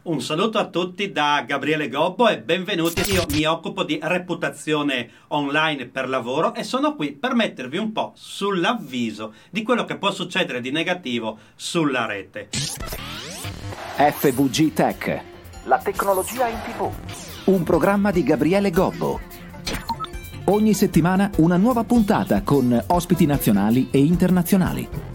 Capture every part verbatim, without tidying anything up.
Un saluto a tutti da Gabriele Gobbo e benvenuti. Io mi occupo di reputazione online per lavoro e sono qui per mettervi un po' sull'avviso di quello che può succedere di negativo sulla rete. F V G Tech, la tecnologia in tivù. Un programma di Gabriele Gobbo. Ogni settimana una nuova puntata con ospiti nazionali e internazionali.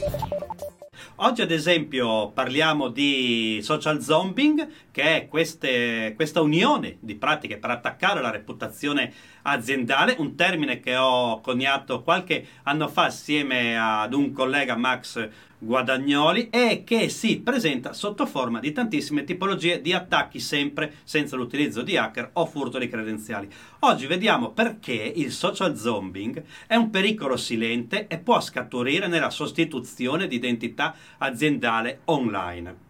Oggi ad esempio parliamo di social zombing, che è queste, questa unione di pratiche per attaccare la reputazione aziendale, un termine che ho coniato qualche anno fa assieme ad un collega, Max Guadagnoli, e che si presenta sotto forma di tantissime tipologie di attacchi, sempre senza l'utilizzo di hacker o furto di credenziali. Oggi vediamo perché il social zombing è un pericolo silente e può scaturire nella sostituzione di identità aziendale online.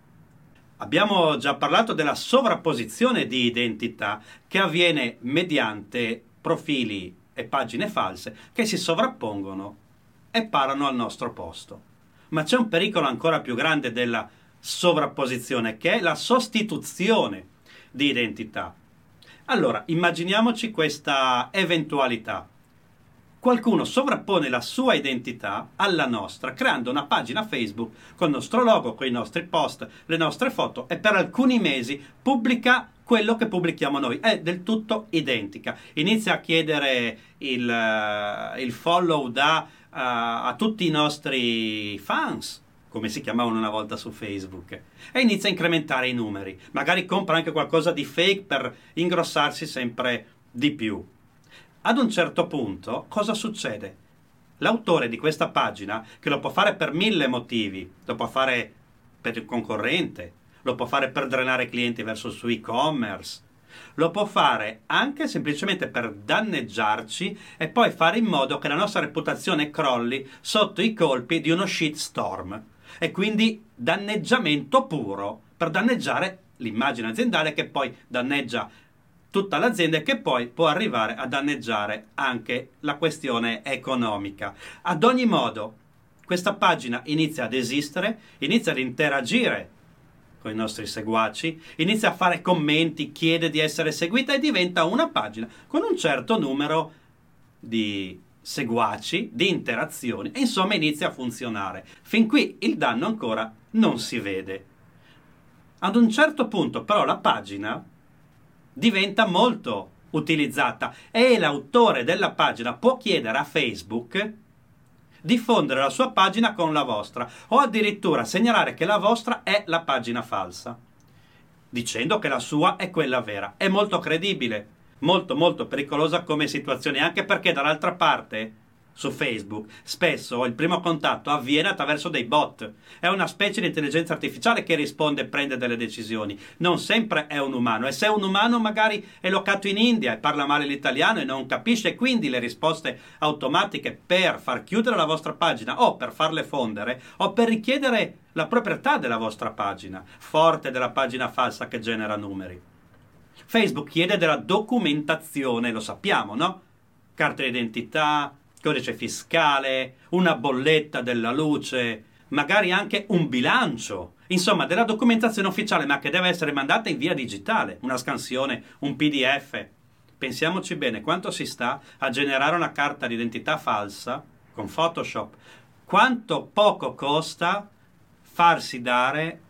Abbiamo già parlato della sovrapposizione di identità che avviene mediante profili e pagine false che si sovrappongono e parlano al nostro posto. Ma c'è un pericolo ancora più grande della sovrapposizione, che è la sostituzione di identità. Allora, immaginiamoci questa eventualità. Qualcuno sovrappone la sua identità alla nostra, creando una pagina Facebook con il nostro logo, con i nostri post, le nostre foto, e per alcuni mesi pubblica quello che pubblichiamo noi. È del tutto identica. Inizia a chiedere il, uh, il follow da, uh, a tutti i nostri fans, come si chiamavano una volta su Facebook, e inizia a incrementare i numeri. Magari compra anche qualcosa di fake per ingrossarsi sempre di più. Ad un certo punto, cosa succede? L'autore di questa pagina, che lo può fare per mille motivi, lo può fare per il concorrente, lo può fare per drenare clienti verso il suo e-commerce, lo può fare anche semplicemente per danneggiarci e poi fare in modo che la nostra reputazione crolli sotto i colpi di uno shitstorm. E quindi danneggiamento puro, per danneggiare l'immagine aziendale, che poi danneggia tutta l'azienda e che poi può arrivare a danneggiare anche la questione economica. Ad ogni modo, questa pagina inizia ad esistere, inizia ad interagire con i nostri seguaci, inizia a fare commenti, chiede di essere seguita e diventa una pagina con un certo numero di seguaci, di interazioni, e insomma inizia a funzionare. Fin qui il danno ancora non si vede. Ad un certo punto però la pagina diventa molto utilizzata e l'autore della pagina può chiedere a Facebook di fondere la sua pagina con la vostra, o addirittura segnalare che la vostra è la pagina falsa, dicendo che la sua è quella vera. È molto credibile, molto molto pericolosa come situazione, anche perché dall'altra parte su Facebook spesso il primo contatto avviene attraverso dei bot. È una specie di intelligenza artificiale che risponde e prende delle decisioni. Non sempre è un umano, e se è un umano magari è locato in India e parla male l'italiano e non capisce, quindi le risposte automatiche per far chiudere la vostra pagina o per farle fondere o per richiedere la proprietà della vostra pagina, forte della pagina falsa che genera numeri. Facebook chiede della documentazione, lo sappiamo, no? Carta d'identità, codice fiscale, una bolletta della luce, magari anche un bilancio, insomma della documentazione ufficiale, ma che deve essere mandata in via digitale, una scansione, un P D F. Pensiamoci bene, quanto si sta a generare una carta d'identità falsa con Photoshop, quanto poco costa farsi dare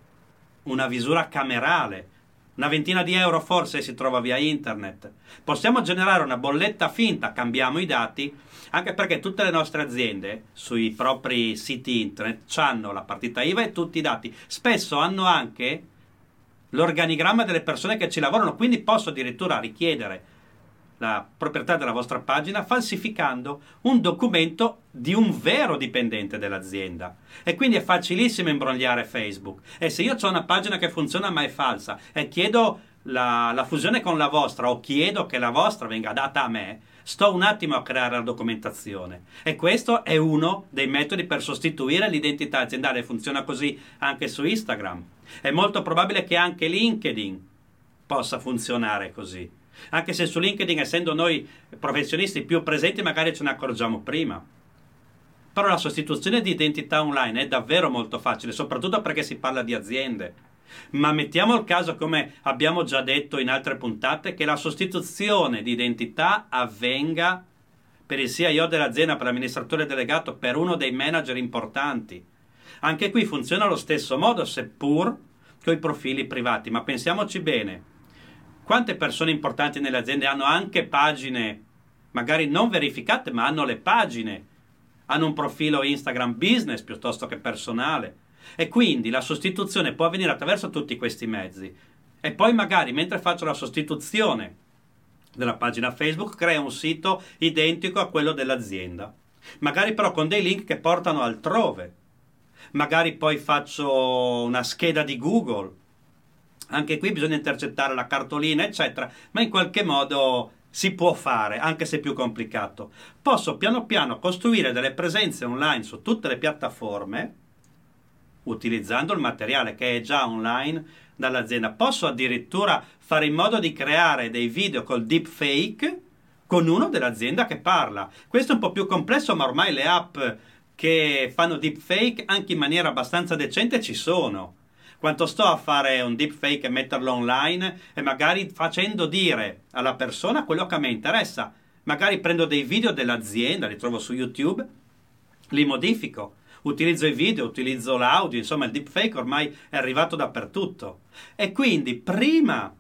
una visura camerale. Una ventina di euro forse si trova via internet. Possiamo generare una bolletta finta, cambiamo i dati, anche perché tutte le nostre aziende sui propri siti internet hanno la partita I V A e tutti i dati. Spesso hanno anche l'organigramma delle persone che ci lavorano, quindi posso addirittura richiedere la proprietà della vostra pagina falsificando un documento di un vero dipendente dell'azienda. E quindi è facilissimo imbrogliare Facebook. E se io ho una pagina che funziona ma è falsa e chiedo la, la fusione con la vostra, o chiedo che la vostra venga data a me, sto un attimo a creare la documentazione. E questo è uno dei metodi per sostituire l'identità aziendale. Funziona così anche su Instagram. È molto probabile che anche LinkedIn possa funzionare così. Anche se su LinkedIn, essendo noi professionisti più presenti, magari ce ne accorgiamo prima. Però la sostituzione di identità online è davvero molto facile, soprattutto perché si parla di aziende. Ma mettiamo il caso, come abbiamo già detto in altre puntate, che la sostituzione di identità avvenga per il C I O dell'azienda, per l'amministratore delegato, per uno dei manager importanti. Anche qui funziona allo stesso modo, seppur con i profili privati. Ma pensiamoci bene, quante persone importanti nelle aziende hanno anche pagine, magari non verificate, ma hanno le pagine, hanno un profilo Instagram business piuttosto che personale. E quindi la sostituzione può avvenire attraverso tutti questi mezzi. E poi magari, mentre faccio la sostituzione della pagina Facebook, creo un sito identico a quello dell'azienda. Magari però con dei link che portano altrove. Magari poi faccio una scheda di Google. Anche qui bisogna intercettare la cartolina, eccetera. Ma in qualche modo si può fare, anche se è più complicato. Posso piano piano costruire delle presenze online su tutte le piattaforme, utilizzando il materiale che è già online dall'azienda. Posso addirittura fare in modo di creare dei video col deepfake con uno dell'azienda che parla. Questo è un po' più complesso, ma ormai le app che fanno deepfake anche in maniera abbastanza decente ci sono. Quanto sto a fare un deepfake e metterlo online e magari facendo dire alla persona quello che a me interessa. Magari prendo dei video dell'azienda, li trovo su YouTube, li modifico. Utilizzo i video, utilizzo l'audio, insomma il deepfake ormai è arrivato dappertutto. E quindi prima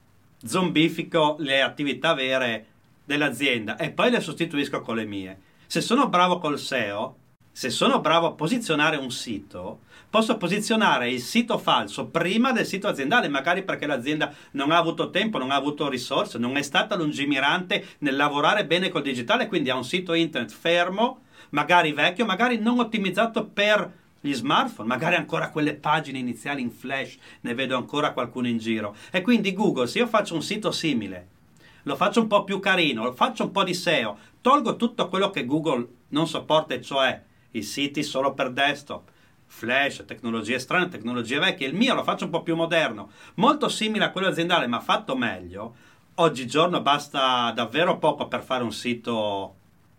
zombifico le attività vere dell'azienda e poi le sostituisco con le mie. Se sono bravo col S E O, se sono bravo a posizionare un sito, posso posizionare il sito falso prima del sito aziendale, magari perché l'azienda non ha avuto tempo, non ha avuto risorse, non è stata lungimirante nel lavorare bene col digitale, quindi ha un sito internet fermo, magari vecchio, magari non ottimizzato per gli smartphone, magari ancora quelle pagine iniziali in flash, ne vedo ancora qualcuno in giro. E quindi Google, se io faccio un sito simile, lo faccio un po' più carino, lo faccio un po' di S E O, tolgo tutto quello che Google non sopporta, cioè i siti solo per desktop, flash, tecnologie strane, tecnologie vecchie, il mio lo faccio un po' più moderno, molto simile a quello aziendale ma fatto meglio. Oggigiorno basta davvero poco per fare un sito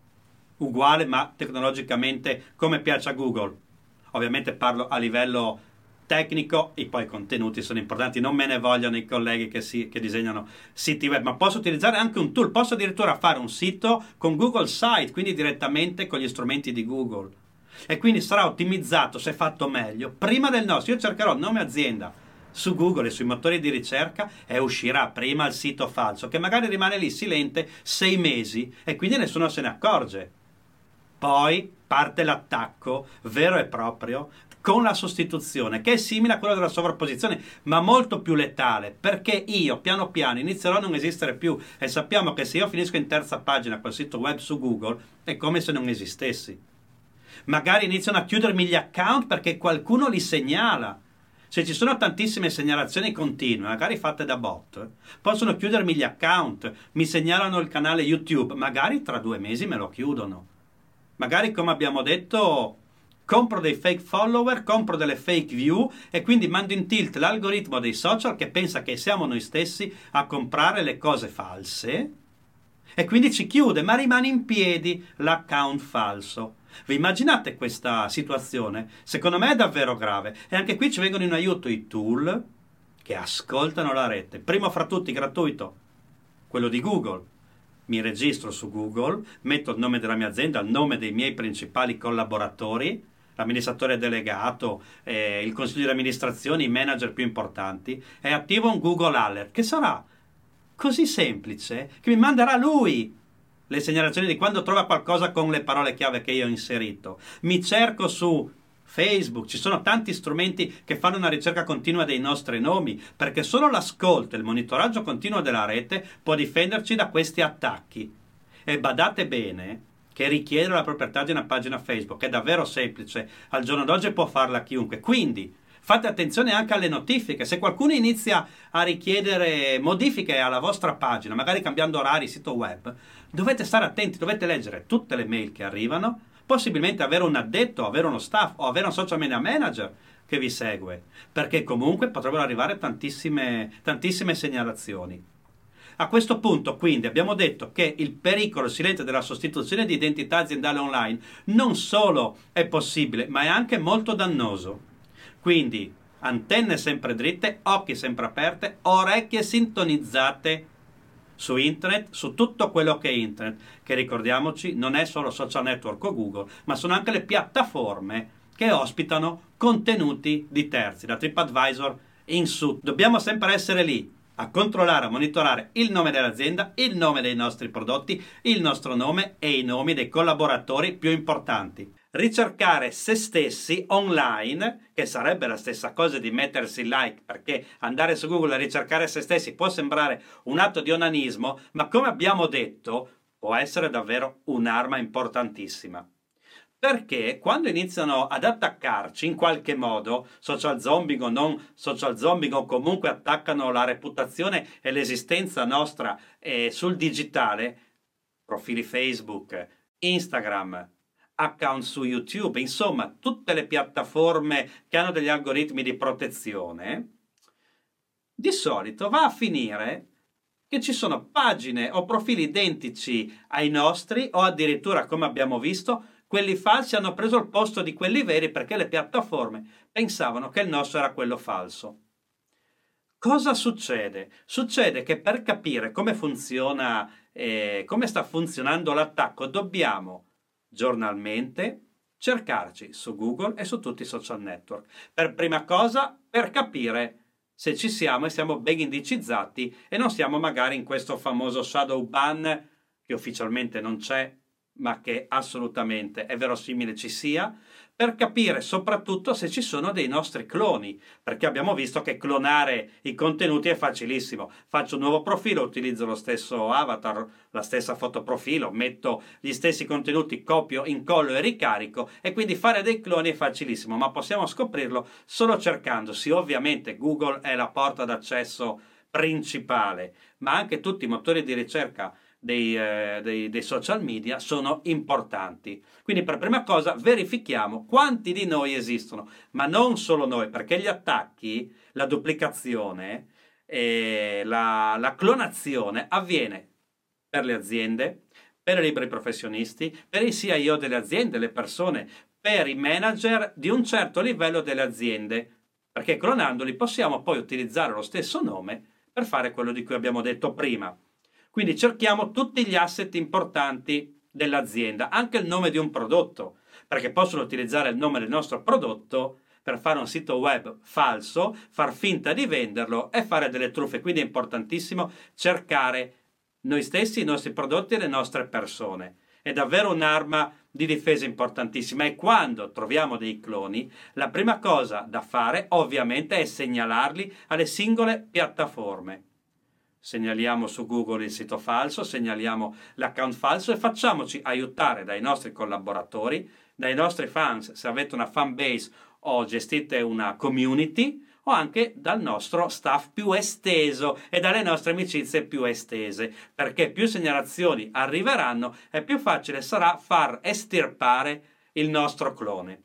uguale ma tecnologicamente come piace a Google. Ovviamente parlo a livello tecnico e poi i contenuti sono importanti, non me ne vogliono i colleghi che, si, che disegnano siti web, ma posso utilizzare anche un tool, posso addirittura fare un sito con Google Site, quindi direttamente con gli strumenti di Google, e quindi sarà ottimizzato, se fatto meglio, prima del nostro. Io cercherò il nome azienda su Google e sui motori di ricerca e uscirà prima il sito falso, che magari rimane lì silente sei mesi e quindi nessuno se ne accorge. Poi parte l'attacco vero e proprio con la sostituzione, che è simile a quella della sovrapposizione, ma molto più letale, perché io piano piano inizierò a non esistere più e sappiamo che se io finisco in terza pagina col sito web su Google è come se non esistessi. Magari iniziano a chiudermi gli account perché qualcuno li segnala. Se ci sono tantissime segnalazioni continue, magari fatte da bot, possono chiudermi gli account, mi segnalano il canale YouTube, magari tra due mesi me lo chiudono. Magari, come abbiamo detto, compro dei fake follower, compro delle fake view e quindi mando in tilt l'algoritmo dei social che pensa che siamo noi stessi a comprare le cose false e quindi ci chiude, ma rimane in piedi l'account falso. Vi immaginate questa situazione? Secondo me è davvero grave e anche qui ci vengono in aiuto i tool che ascoltano la rete. Primo fra tutti, gratuito, quello di Google. Mi registro su Google, metto il nome della mia azienda, il nome dei miei principali collaboratori, l'amministratore delegato, eh, il consiglio di amministrazione, i manager più importanti e attivo un Google Alert che sarà così semplice che mi manderà lui le segnalazioni di quando trova qualcosa con le parole chiave che io ho inserito. Mi cerco su Facebook, ci sono tanti strumenti che fanno una ricerca continua dei nostri nomi, perché solo l'ascolto e il monitoraggio continuo della rete può difenderci da questi attacchi. E badate bene che richiedere la proprietà di una pagina Facebook è davvero semplice, al giorno d'oggi può farla chiunque, quindi fate attenzione anche alle notifiche. Se qualcuno inizia a richiedere modifiche alla vostra pagina, magari cambiando orari, sito web, dovete stare attenti, dovete leggere tutte le mail che arrivano, possibilmente avere un addetto, avere uno staff o avere un social media manager che vi segue, perché comunque potrebbero arrivare tantissime, tantissime segnalazioni. A questo punto, quindi, abbiamo detto che il pericolo silente della sostituzione di identità aziendale online non solo è possibile, ma è anche molto dannoso. Quindi, antenne sempre dritte, occhi sempre aperte, orecchie sintonizzate su internet, su tutto quello che è internet, che ricordiamoci non è solo social network o Google, ma sono anche le piattaforme che ospitano contenuti di terzi, da TripAdvisor in su. Dobbiamo sempre essere lì a controllare, a monitorare il nome dell'azienda, il nome dei nostri prodotti, il nostro nome e i nomi dei collaboratori più importanti. Ricercare se stessi online, che sarebbe la stessa cosa di mettersi like, perché andare su Google a ricercare se stessi può sembrare un atto di onanismo, ma come abbiamo detto può essere davvero un'arma importantissima. Perché quando iniziano ad attaccarci in qualche modo, social zombing o non social zombing, o comunque attaccano la reputazione e l'esistenza nostra eh, sul digitale, profili Facebook, Instagram, account su YouTube, insomma tutte le piattaforme che hanno degli algoritmi di protezione, di solito va a finire che ci sono pagine o profili identici ai nostri, o addirittura, come abbiamo visto, quelli falsi hanno preso il posto di quelli veri perché le piattaforme pensavano che il nostro era quello falso. Cosa succede? Succede che per capire come funziona, eh, come sta funzionando l'attacco, dobbiamo giornalmente cercarci su Google e su tutti i social network. Per prima cosa, per capire se ci siamo e siamo ben indicizzati e non siamo magari in questo famoso shadow ban che ufficialmente non c'è, ma che assolutamente è verosimile ci sia, per capire soprattutto se ci sono dei nostri cloni, perché abbiamo visto che clonare i contenuti è facilissimo. Faccio un nuovo profilo, utilizzo lo stesso avatar, la stessa foto profilo, metto gli stessi contenuti, copio, incollo e ricarico, e quindi fare dei cloni è facilissimo, ma possiamo scoprirlo solo cercandosi. Ovviamente Google è la porta d'accesso principale, ma anche tutti i motori di ricerca Dei, eh, dei, dei social media sono importanti. Quindi per prima cosa verifichiamo quanti di noi esistono, ma non solo noi, perché gli attacchi, la duplicazione e la, la clonazione avviene per le aziende, per i liberi professionisti, per i C I O delle aziende, le persone, per i manager di un certo livello delle aziende, perché clonandoli possiamo poi utilizzare lo stesso nome per fare quello di cui abbiamo detto prima. Quindi cerchiamo tutti gli asset importanti dell'azienda, anche il nome di un prodotto, perché possono utilizzare il nome del nostro prodotto per fare un sito web falso, far finta di venderlo e fare delle truffe. Quindi è importantissimo cercare noi stessi, i nostri prodotti e le nostre persone. È davvero un'arma di difesa importantissima, e quando troviamo dei cloni, la prima cosa da fare ovviamente è segnalarli alle singole piattaforme. Segnaliamo su Google il sito falso, segnaliamo l'account falso e facciamoci aiutare dai nostri collaboratori, dai nostri fans, se avete una fan base o gestite una community, o anche dal nostro staff più esteso e dalle nostre amicizie più estese, perché più segnalazioni arriveranno e più facile sarà far estirpare il nostro clone.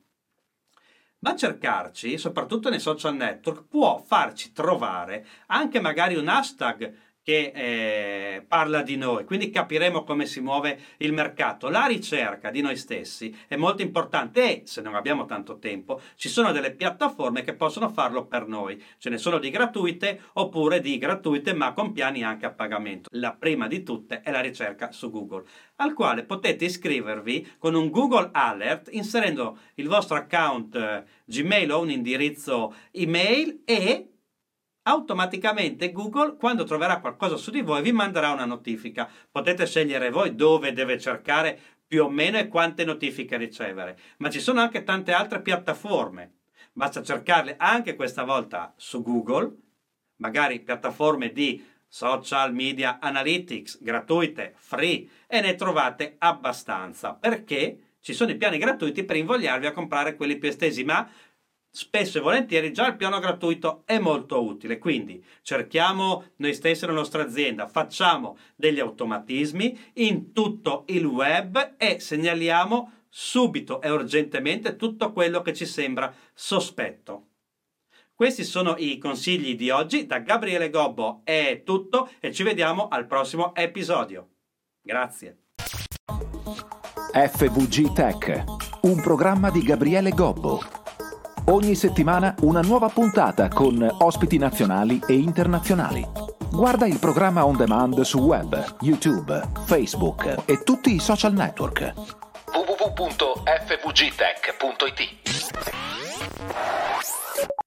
Ma cercarci, soprattutto nei social network, può farci trovare anche magari un hashtag che eh, parla di noi, quindi capiremo come si muove il mercato. La ricerca di noi stessi è molto importante, e se non abbiamo tanto tempo ci sono delle piattaforme che possono farlo per noi. Ce ne sono di gratuite oppure di gratuite ma con piani anche a pagamento. La prima di tutte è la ricerca su Google, al quale potete iscrivervi con un Google Alert inserendo il vostro account eh, Gmail o un indirizzo email, e automaticamente Google, quando troverà qualcosa su di voi, vi manderà una notifica. Potete scegliere voi dove deve cercare più o meno e quante notifiche ricevere, ma ci sono anche tante altre piattaforme. Basta cercarle anche questa volta su Google, magari piattaforme di social media analytics gratuite, free, e ne trovate abbastanza, perché ci sono i piani gratuiti per invogliarvi a comprare quelli più estesi, ma spesso e volentieri già il piano gratuito è molto utile. Quindi cerchiamo noi stessi la nostra azienda, facciamo degli automatismi in tutto il web e segnaliamo subito e urgentemente tutto quello che ci sembra sospetto. Questi sono i consigli di oggi. Da Gabriele Gobbo è tutto e ci vediamo al prossimo episodio. Grazie. F V G Tech, un programma di Gabriele Gobbo. Ogni settimana una nuova puntata con ospiti nazionali e internazionali. Guarda il programma on demand su web, YouTube, Facebook e tutti i social network. w w w punto f v g tech punto i t